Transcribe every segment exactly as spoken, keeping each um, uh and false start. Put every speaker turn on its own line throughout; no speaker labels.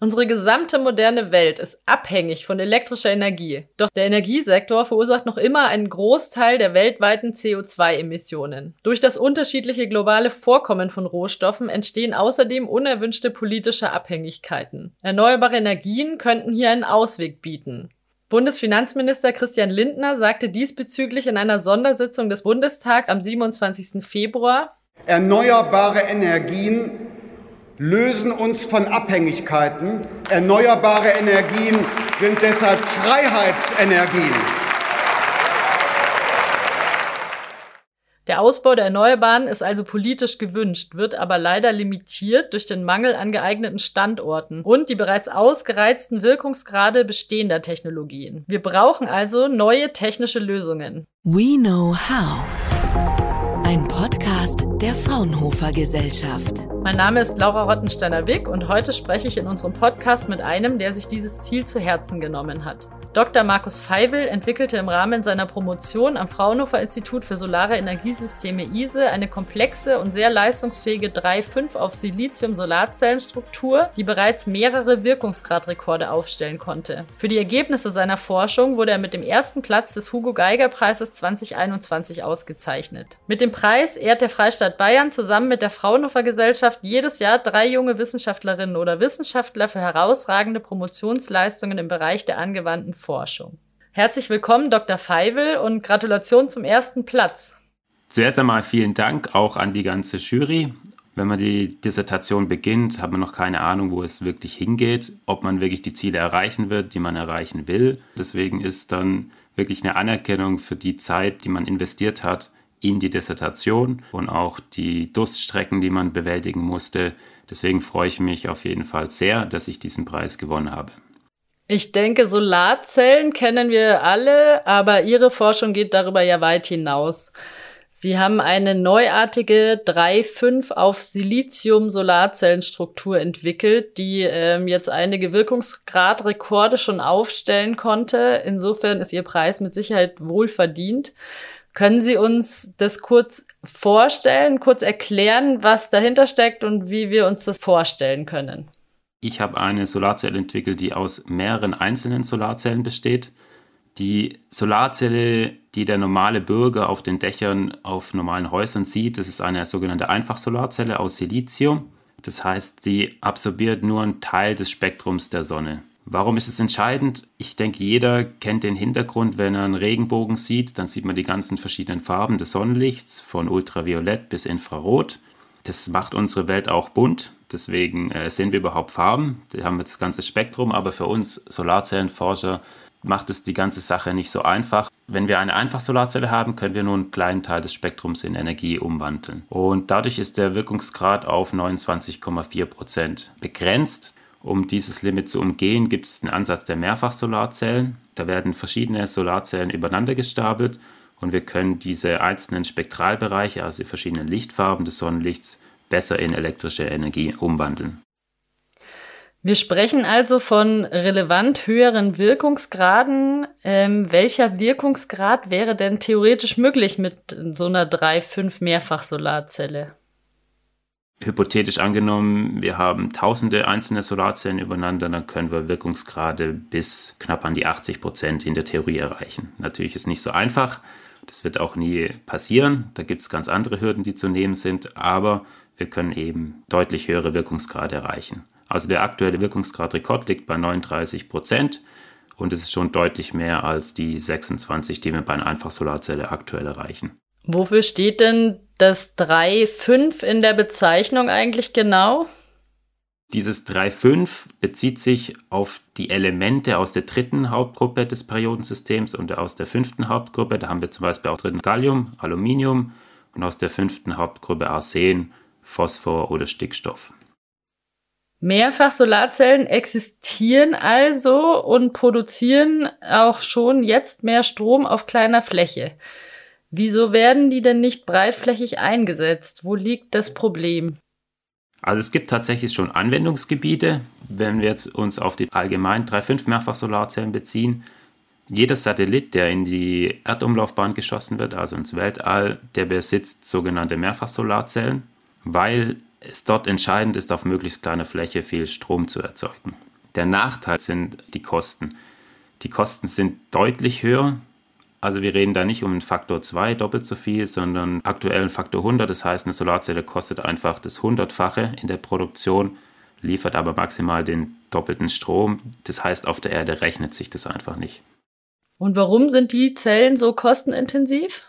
Unsere gesamte moderne Welt ist abhängig von elektrischer Energie. Doch der Energiesektor verursacht noch immer einen Großteil der weltweiten C O zwei Emissionen. Durch das unterschiedliche globale Vorkommen von Rohstoffen entstehen außerdem unerwünschte politische Abhängigkeiten. Erneuerbare Energien könnten hier einen Ausweg bieten. Bundesfinanzminister Christian Lindner sagte diesbezüglich in einer Sondersitzung des Bundestags am siebenundzwanzigsten Februar:
Erneuerbare Energien lösen uns von Abhängigkeiten. Erneuerbare Energien sind deshalb Freiheitsenergien.
Der Ausbau der Erneuerbaren ist also politisch gewünscht, wird aber leider limitiert durch den Mangel an geeigneten Standorten und die bereits ausgereizten Wirkungsgrade bestehender Technologien. Wir brauchen also neue technische Lösungen.
We Know How. Ein Podcast der Fraunhofer Gesellschaft.
Mein Name ist Laura Rottensteiner-Wick und heute spreche ich in unserem Podcast mit einem, der sich dieses Ziel zu Herzen genommen hat. Doktor Markus Feivel entwickelte im Rahmen seiner Promotion am Fraunhofer Institut für Solare Energiesysteme I S E eine komplexe und sehr leistungsfähige drei Komma fünf auf Silizium-Solarzellenstruktur, die bereits mehrere Wirkungsgradrekorde aufstellen konnte. Für die Ergebnisse seiner Forschung wurde er mit dem ersten Platz des Hugo-Geiger-Preises zweitausendeinundzwanzig ausgezeichnet. Mit dem Preis ehrt der Freistaat Bayern zusammen mit der Fraunhofer Gesellschaft jedes Jahr drei junge Wissenschaftlerinnen oder Wissenschaftler für herausragende Promotionsleistungen im Bereich der angewandten Forschung. Herzlich willkommen, Doktor Feivel, und Gratulation zum ersten Platz.
Zuerst einmal vielen Dank auch an die ganze Jury. Wenn man die Dissertation beginnt, hat man noch keine Ahnung, wo es wirklich hingeht, ob man wirklich die Ziele erreichen wird, die man erreichen will. Deswegen ist dann wirklich eine Anerkennung für die Zeit, die man investiert hat in die Dissertation und auch die Durststrecken, die man bewältigen musste. Deswegen freue ich mich auf jeden Fall sehr, dass ich diesen Preis gewonnen habe.
Ich denke, Solarzellen kennen wir alle, aber Ihre Forschung geht darüber ja weit hinaus. Sie haben eine neuartige drei Komma fünf auf Silizium-Solarzellenstruktur entwickelt, die ähm, jetzt einige Wirkungsgradrekorde schon aufstellen konnte. Insofern ist Ihr Preis mit Sicherheit wohlverdient. Können Sie uns das kurz vorstellen, kurz erklären, was dahinter steckt und wie wir uns das vorstellen können?
Ich habe eine Solarzelle entwickelt, die aus mehreren einzelnen Solarzellen besteht. Die Solarzelle, die der normale Bürger auf den Dächern auf normalen Häusern sieht, das ist eine sogenannte Einfachsolarzelle aus Silizium. Das heißt, sie absorbiert nur einen Teil des Spektrums der Sonne. Warum ist es entscheidend? Ich denke, jeder kennt den Hintergrund, wenn er einen Regenbogen sieht, dann sieht man die ganzen verschiedenen Farben des Sonnenlichts, von Ultraviolett bis Infrarot. Das macht unsere Welt auch bunt, deswegen äh, sehen wir überhaupt Farben. Wir haben das ganze Spektrum, aber für uns Solarzellenforscher macht es die ganze Sache nicht so einfach. Wenn wir eine Einfachsolarzelle haben, können wir nur einen kleinen Teil des Spektrums in Energie umwandeln. Und dadurch ist der Wirkungsgrad auf neunundzwanzig Komma vier Prozent begrenzt. Um dieses Limit zu umgehen, gibt es den Ansatz der Mehrfachsolarzellen. Da werden verschiedene Solarzellen übereinander gestapelt und wir können diese einzelnen Spektralbereiche, also die verschiedenen Lichtfarben des Sonnenlichts, besser in elektrische Energie umwandeln.
Wir sprechen also von relevant höheren Wirkungsgraden. Ähm, welcher Wirkungsgrad wäre denn theoretisch möglich mit so einer drei Komma fünf Mehrfachsolarzelle?
Hypothetisch angenommen, wir haben tausende einzelne Solarzellen übereinander, dann können wir Wirkungsgrade bis knapp an die achtzig Prozent in der Theorie erreichen. Natürlich ist nicht so einfach, das wird auch nie passieren, da gibt es ganz andere Hürden, die zu nehmen sind, aber wir können eben deutlich höhere Wirkungsgrade erreichen. Also der aktuelle Wirkungsgradrekord liegt bei neununddreißig Prozent und es ist schon deutlich mehr als die sechsundzwanzig, die wir bei einer Einfachsolarzelle aktuell erreichen.
Wofür steht denn das drei Komma fünf in der Bezeichnung eigentlich genau?
Dieses drei Komma fünf bezieht sich auf die Elemente aus der dritten Hauptgruppe des Periodensystems und aus der fünften Hauptgruppe. Da haben wir zum Beispiel auch drin Gallium, Aluminium und aus der fünften Hauptgruppe Arsen, Phosphor oder Stickstoff.
Mehrfachsolarzellen existieren also und produzieren auch schon jetzt mehr Strom auf kleiner Fläche. Wieso werden die denn nicht breitflächig eingesetzt? Wo liegt das Problem?
Also es gibt tatsächlich schon Anwendungsgebiete, wenn wir jetzt uns auf die allgemeinen drei Komma fünf Mehrfachsolarzellen beziehen. Jeder Satellit, der in die Erdumlaufbahn geschossen wird, also ins Weltall, der besitzt sogenannte Mehrfachsolarzellen, weil es dort entscheidend ist, auf möglichst kleiner Fläche viel Strom zu erzeugen. Der Nachteil sind die Kosten. Die Kosten sind deutlich höher. Also wir reden da nicht um einen Faktor zwei, doppelt so viel, sondern aktuell einen Faktor hundert. Das heißt, eine Solarzelle kostet einfach das hundertfache in der Produktion, liefert aber maximal den doppelten Strom. Das heißt, auf der Erde rechnet sich das einfach nicht.
Und warum sind die Zellen so kostenintensiv?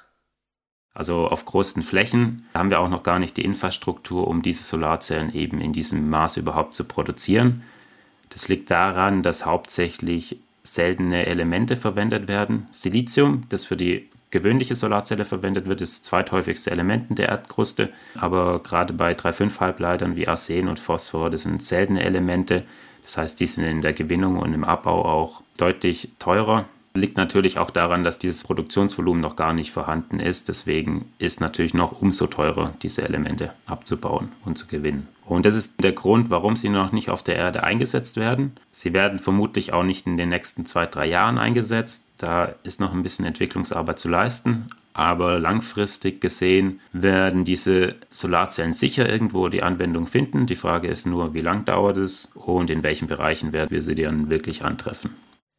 Also auf großen Flächen haben wir auch noch gar nicht die Infrastruktur, um diese Solarzellen eben in diesem Maß überhaupt zu produzieren. Das liegt daran, dass hauptsächlich seltene Elemente verwendet werden. Silizium, das für die gewöhnliche Solarzelle verwendet wird, ist das zweithäufigste Element in der Erdkruste. Aber gerade bei drei Komma fünf Halbleitern wie Arsen und Phosphor, das sind seltene Elemente. Das heißt, die sind in der Gewinnung und im Abbau auch deutlich teurer. Liegt natürlich auch daran, dass dieses Produktionsvolumen noch gar nicht vorhanden ist. Deswegen ist natürlich noch umso teurer, diese Elemente abzubauen und zu gewinnen. Und das ist der Grund, warum sie noch nicht auf der Erde eingesetzt werden. Sie werden vermutlich auch nicht in den nächsten zwei, drei Jahren eingesetzt. Da ist noch ein bisschen Entwicklungsarbeit zu leisten. Aber langfristig gesehen werden diese Solarzellen sicher irgendwo die Anwendung finden. Die Frage ist nur, wie lang dauert es und in welchen Bereichen werden wir sie dann wirklich antreffen.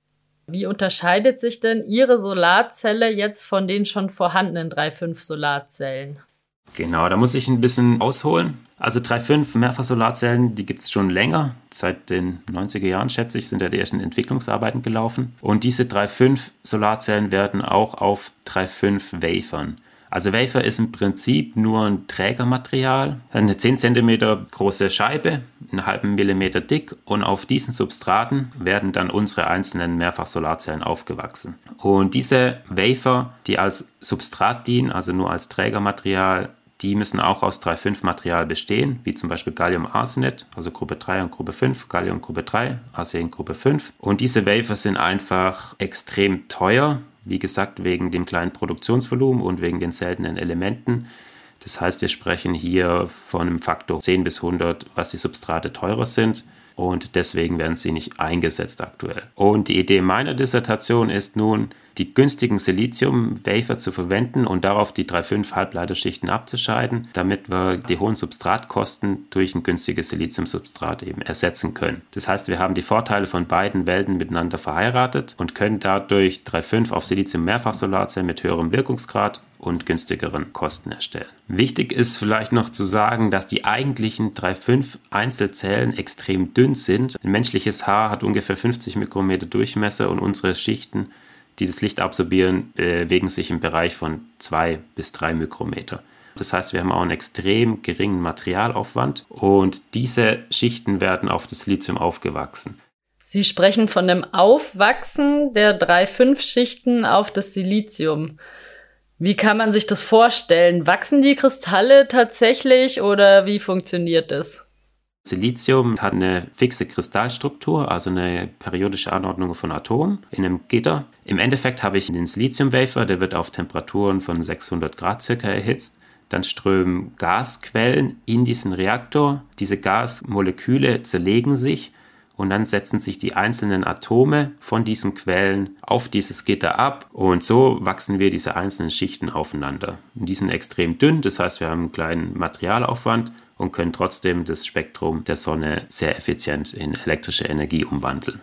Wie unterscheidet sich denn Ihre Solarzelle jetzt von den schon vorhandenen drei Komma fünf Solarzellen?
Genau, da muss ich ein bisschen ausholen. Also drei Komma fünf Mehrfach-Solarzellen, die gibt es schon länger. Seit den neunziger Jahren, schätze ich, sind ja die ersten Entwicklungsarbeiten gelaufen. Und diese drei Komma fünf Solarzellen werden auch auf drei Komma fünf Wafern. Also Wafer ist im Prinzip nur ein Trägermaterial, eine zehn Zentimeter große Scheibe, einen halben Millimeter dick, und auf diesen Substraten werden dann unsere einzelnen Mehrfach-Solarzellen aufgewachsen. Und diese Wafer, die als Substrat dienen, also nur als Trägermaterial, die müssen auch aus drei Komma fünf Material bestehen, wie zum Beispiel Gallium-Arsenet, also Gruppe drei und Gruppe fünf, Gallium Gruppe drei, Arsen Gruppe fünf. Und diese Wafer sind einfach extrem teuer. Wie gesagt, wegen dem kleinen Produktionsvolumen und wegen den seltenen Elementen. Das heißt, wir sprechen hier von einem Faktor zehn bis hundert, was die Substrate teurer sind. Und deswegen werden sie nicht eingesetzt aktuell. Und die Idee meiner Dissertation ist nun, die günstigen Silizium-Wafer zu verwenden und darauf die drei Komma fünf Halbleiterschichten abzuscheiden, damit wir die hohen Substratkosten durch ein günstiges Siliziumsubstrat eben ersetzen können. Das heißt, wir haben die Vorteile von beiden Welten miteinander verheiratet und können dadurch drei Komma fünf auf Silizium-Mehrfach-Solarzellen mit höherem Wirkungsgrad und günstigeren Kosten erstellen. Wichtig ist vielleicht noch zu sagen, dass die eigentlichen drei Komma fünf Einzelzellen extrem dünn sind. Ein menschliches Haar hat ungefähr fünfzig Mikrometer Durchmesser und unsere Schichten, die das Licht absorbieren, bewegen sich im Bereich von zwei bis drei Mikrometer. Das heißt, wir haben auch einen extrem geringen Materialaufwand und diese Schichten werden auf das Silizium aufgewachsen.
Sie sprechen von dem Aufwachsen der drei Komma fünf Schichten auf das Silizium. Wie kann man sich das vorstellen? Wachsen die Kristalle tatsächlich oder wie funktioniert das?
Silizium hat eine fixe Kristallstruktur, also eine periodische Anordnung von Atomen in einem Gitter. Im Endeffekt habe ich den Silizium-Wafer, der wird auf Temperaturen von sechshundert Grad circa erhitzt. Dann strömen Gasquellen in diesen Reaktor. Diese Gasmoleküle zerlegen sich und dann setzen sich die einzelnen Atome von diesen Quellen auf dieses Gitter ab und so wachsen wir diese einzelnen Schichten aufeinander. Und die sind extrem dünn, das heißt, wir haben einen kleinen Materialaufwand und können trotzdem das Spektrum der Sonne sehr effizient in elektrische Energie umwandeln.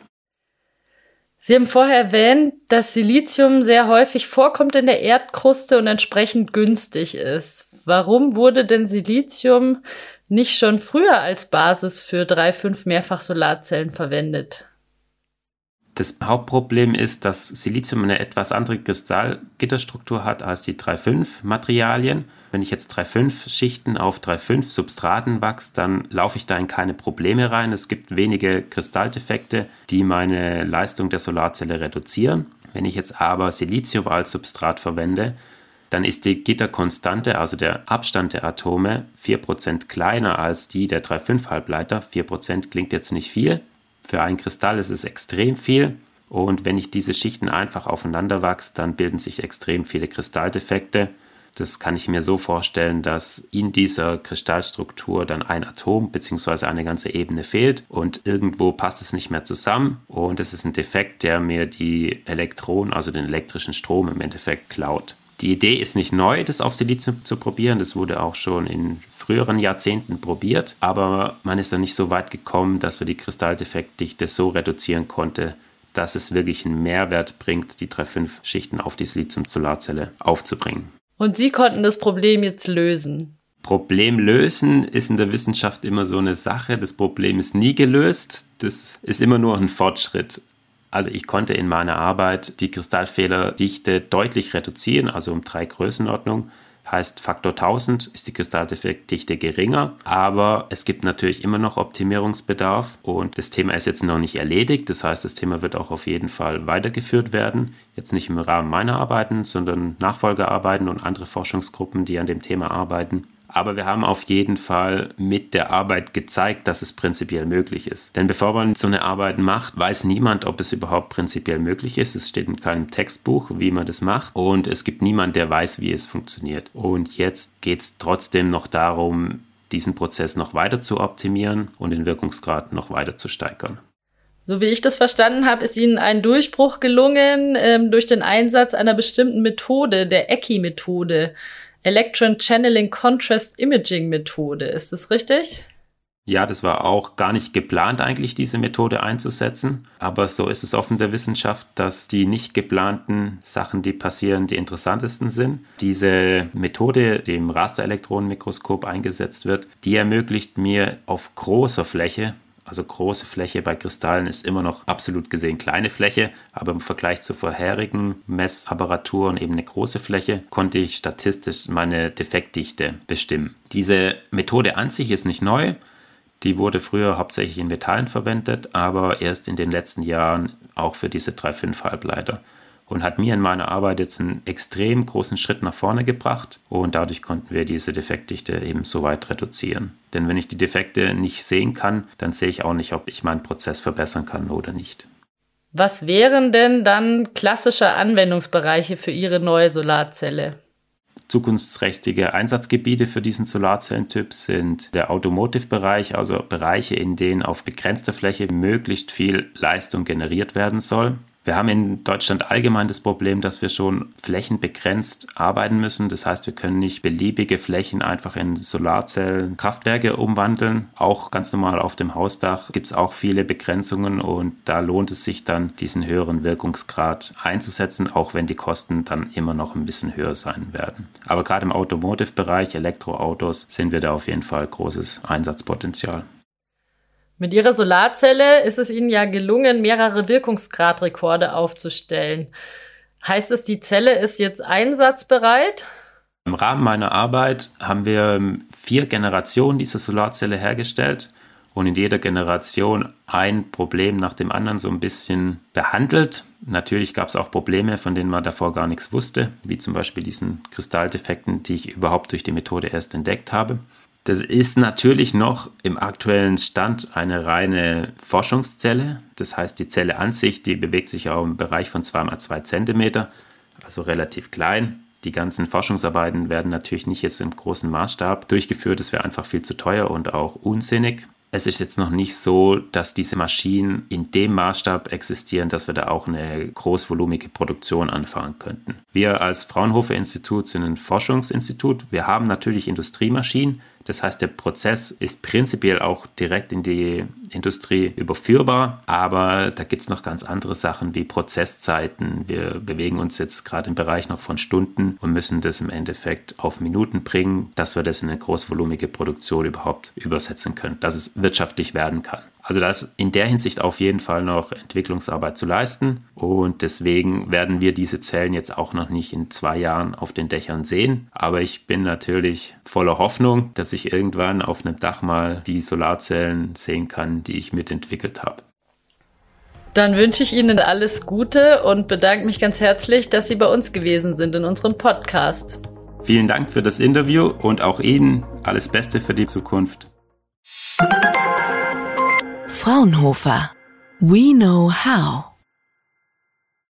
Sie haben vorher erwähnt, dass Silizium sehr häufig vorkommt in der Erdkruste und entsprechend günstig ist. Warum wurde denn Silizium nicht schon früher als Basis für drei Komma fünf Mehrfach-Solarzellen verwendet?
Das Hauptproblem ist, dass Silizium eine etwas andere Kristallgitterstruktur hat als die drei Komma fünf Materialien. Wenn ich jetzt drei Komma fünf Schichten auf drei Komma fünf Substraten wachse, dann laufe ich da in keine Probleme rein. Es gibt wenige Kristalldefekte, die meine Leistung der Solarzelle reduzieren. Wenn ich jetzt aber Silizium als Substrat verwende, dann ist die Gitterkonstante, also der Abstand der Atome, vier Prozent kleiner als die der drei Komma fünf Halbleiter. vier Prozent klingt jetzt nicht viel. Für einen Kristall ist es extrem viel. Und wenn ich diese Schichten einfach aufeinander wachse, dann bilden sich extrem viele Kristalldefekte. Das kann ich mir so vorstellen, dass in dieser Kristallstruktur dann ein Atom bzw. eine ganze Ebene fehlt und irgendwo passt es nicht mehr zusammen. Und das ist ein Defekt, der mir die Elektronen, also den elektrischen Strom im Endeffekt klaut. Die Idee ist nicht neu, das auf Silizium zu probieren. Das wurde auch schon in früheren Jahrzehnten probiert. Aber man ist dann nicht so weit gekommen, dass wir die Kristalldefektdichte so reduzieren konnten, dass es wirklich einen Mehrwert bringt, die drei fünf Schichten auf die Silizium-Solarzelle aufzubringen.
Und Sie konnten das Problem jetzt lösen?
Problem lösen ist in der Wissenschaft immer so eine Sache. Das Problem ist nie gelöst. Das ist immer nur ein Fortschritt. Also ich konnte in meiner Arbeit die Kristallfehlerdichte deutlich reduzieren, also um drei Größenordnungen. Heißt, Faktor tausend ist die Kristalldefektdichte geringer, aber es gibt natürlich immer noch Optimierungsbedarf und das Thema ist jetzt noch nicht erledigt. Das heißt, das Thema wird auch auf jeden Fall weitergeführt werden. Jetzt nicht im Rahmen meiner Arbeiten, sondern Nachfolgearbeiten und andere Forschungsgruppen, die an dem Thema arbeiten. Aber wir haben auf jeden Fall mit der Arbeit gezeigt, dass es prinzipiell möglich ist. Denn bevor man so eine Arbeit macht, weiß niemand, ob es überhaupt prinzipiell möglich ist. Es steht in keinem Textbuch, wie man das macht. Und es gibt niemanden, der weiß, wie es funktioniert. Und jetzt geht es trotzdem noch darum, diesen Prozess noch weiter zu optimieren und den Wirkungsgrad noch weiter zu steigern.
So wie ich das verstanden habe, ist Ihnen ein Durchbruch gelungen ähm, durch den Einsatz einer bestimmten Methode, der E C I-Methode. Electron Channeling Contrast Imaging Methode. Ist das richtig?
Ja, das war auch gar nicht geplant eigentlich, diese Methode einzusetzen. Aber so ist es oft in der Wissenschaft, dass die nicht geplanten Sachen, die passieren, die interessantesten sind. Diese Methode, die im Rasterelektronenmikroskop eingesetzt wird, die ermöglicht mir auf großer Fläche, also große Fläche bei Kristallen ist immer noch absolut gesehen kleine Fläche, aber im Vergleich zu vorherigen Messapparaturen eben eine große Fläche, konnte ich statistisch meine Defektdichte bestimmen. Diese Methode an sich ist nicht neu, die wurde früher hauptsächlich in Metallen verwendet, aber erst in den letzten Jahren auch für diese drei fünf Halbleiter. Und hat mir in meiner Arbeit jetzt einen extrem großen Schritt nach vorne gebracht und dadurch konnten wir diese Defektdichte eben so weit reduzieren. Denn wenn ich die Defekte nicht sehen kann, dann sehe ich auch nicht, ob ich meinen Prozess verbessern kann oder nicht.
Was wären denn dann klassische Anwendungsbereiche für Ihre neue Solarzelle?
Zukunftsträchtige Einsatzgebiete für diesen Solarzellentyp sind der Automotive-Bereich, also Bereiche, in denen auf begrenzter Fläche möglichst viel Leistung generiert werden soll. Wir haben in Deutschland allgemein das Problem, dass wir schon flächenbegrenzt arbeiten müssen. Das heißt, wir können nicht beliebige Flächen einfach in Solarzellenkraftwerke umwandeln. Auch ganz normal auf dem Hausdach gibt es auch viele Begrenzungen und da lohnt es sich dann, diesen höheren Wirkungsgrad einzusetzen, auch wenn die Kosten dann immer noch ein bisschen höher sein werden. Aber gerade im Automotive-Bereich, Elektroautos, sehen wir da auf jeden Fall großes Einsatzpotenzial.
Mit Ihrer Solarzelle ist es Ihnen ja gelungen, mehrere Wirkungsgradrekorde aufzustellen. Heißt es, die Zelle ist jetzt einsatzbereit?
Im Rahmen meiner Arbeit haben wir vier Generationen dieser Solarzelle hergestellt und in jeder Generation ein Problem nach dem anderen so ein bisschen behandelt. Natürlich gab es auch Probleme, von denen man davor gar nichts wusste, wie zum Beispiel diesen Kristalldefekten, die ich überhaupt durch die Methode erst entdeckt habe. Das ist natürlich noch im aktuellen Stand eine reine Forschungszelle. Das heißt, die Zelle an sich, die bewegt sich auch im Bereich von zwei mal zwei Zentimeter, also relativ klein. Die ganzen Forschungsarbeiten werden natürlich nicht jetzt im großen Maßstab durchgeführt. Das wäre einfach viel zu teuer und auch unsinnig. Es ist jetzt noch nicht so, dass diese Maschinen in dem Maßstab existieren, dass wir da auch eine großvolumige Produktion anfangen könnten. Wir als Fraunhofer Institut sind ein Forschungsinstitut. Wir haben natürlich Industriemaschinen. Das heißt, der Prozess ist prinzipiell auch direkt in die Industrie überführbar, aber da gibt es noch ganz andere Sachen wie Prozesszeiten. Wir bewegen uns jetzt gerade im Bereich noch von Stunden und müssen das im Endeffekt auf Minuten bringen, dass wir das in eine großvolumige Produktion überhaupt übersetzen können, dass es wirtschaftlich werden kann. Also da ist in der Hinsicht auf jeden Fall noch Entwicklungsarbeit zu leisten und deswegen werden wir diese Zellen jetzt auch noch nicht in zwei Jahren auf den Dächern sehen. Aber ich bin natürlich voller Hoffnung, dass ich irgendwann auf einem Dach mal die Solarzellen sehen kann, die ich mitentwickelt habe.
Dann wünsche ich Ihnen alles Gute und bedanke mich ganz herzlich, dass Sie bei uns gewesen sind in unserem Podcast.
Vielen Dank für das Interview und auch Ihnen alles Beste für die Zukunft.
Fraunhofer. We know how.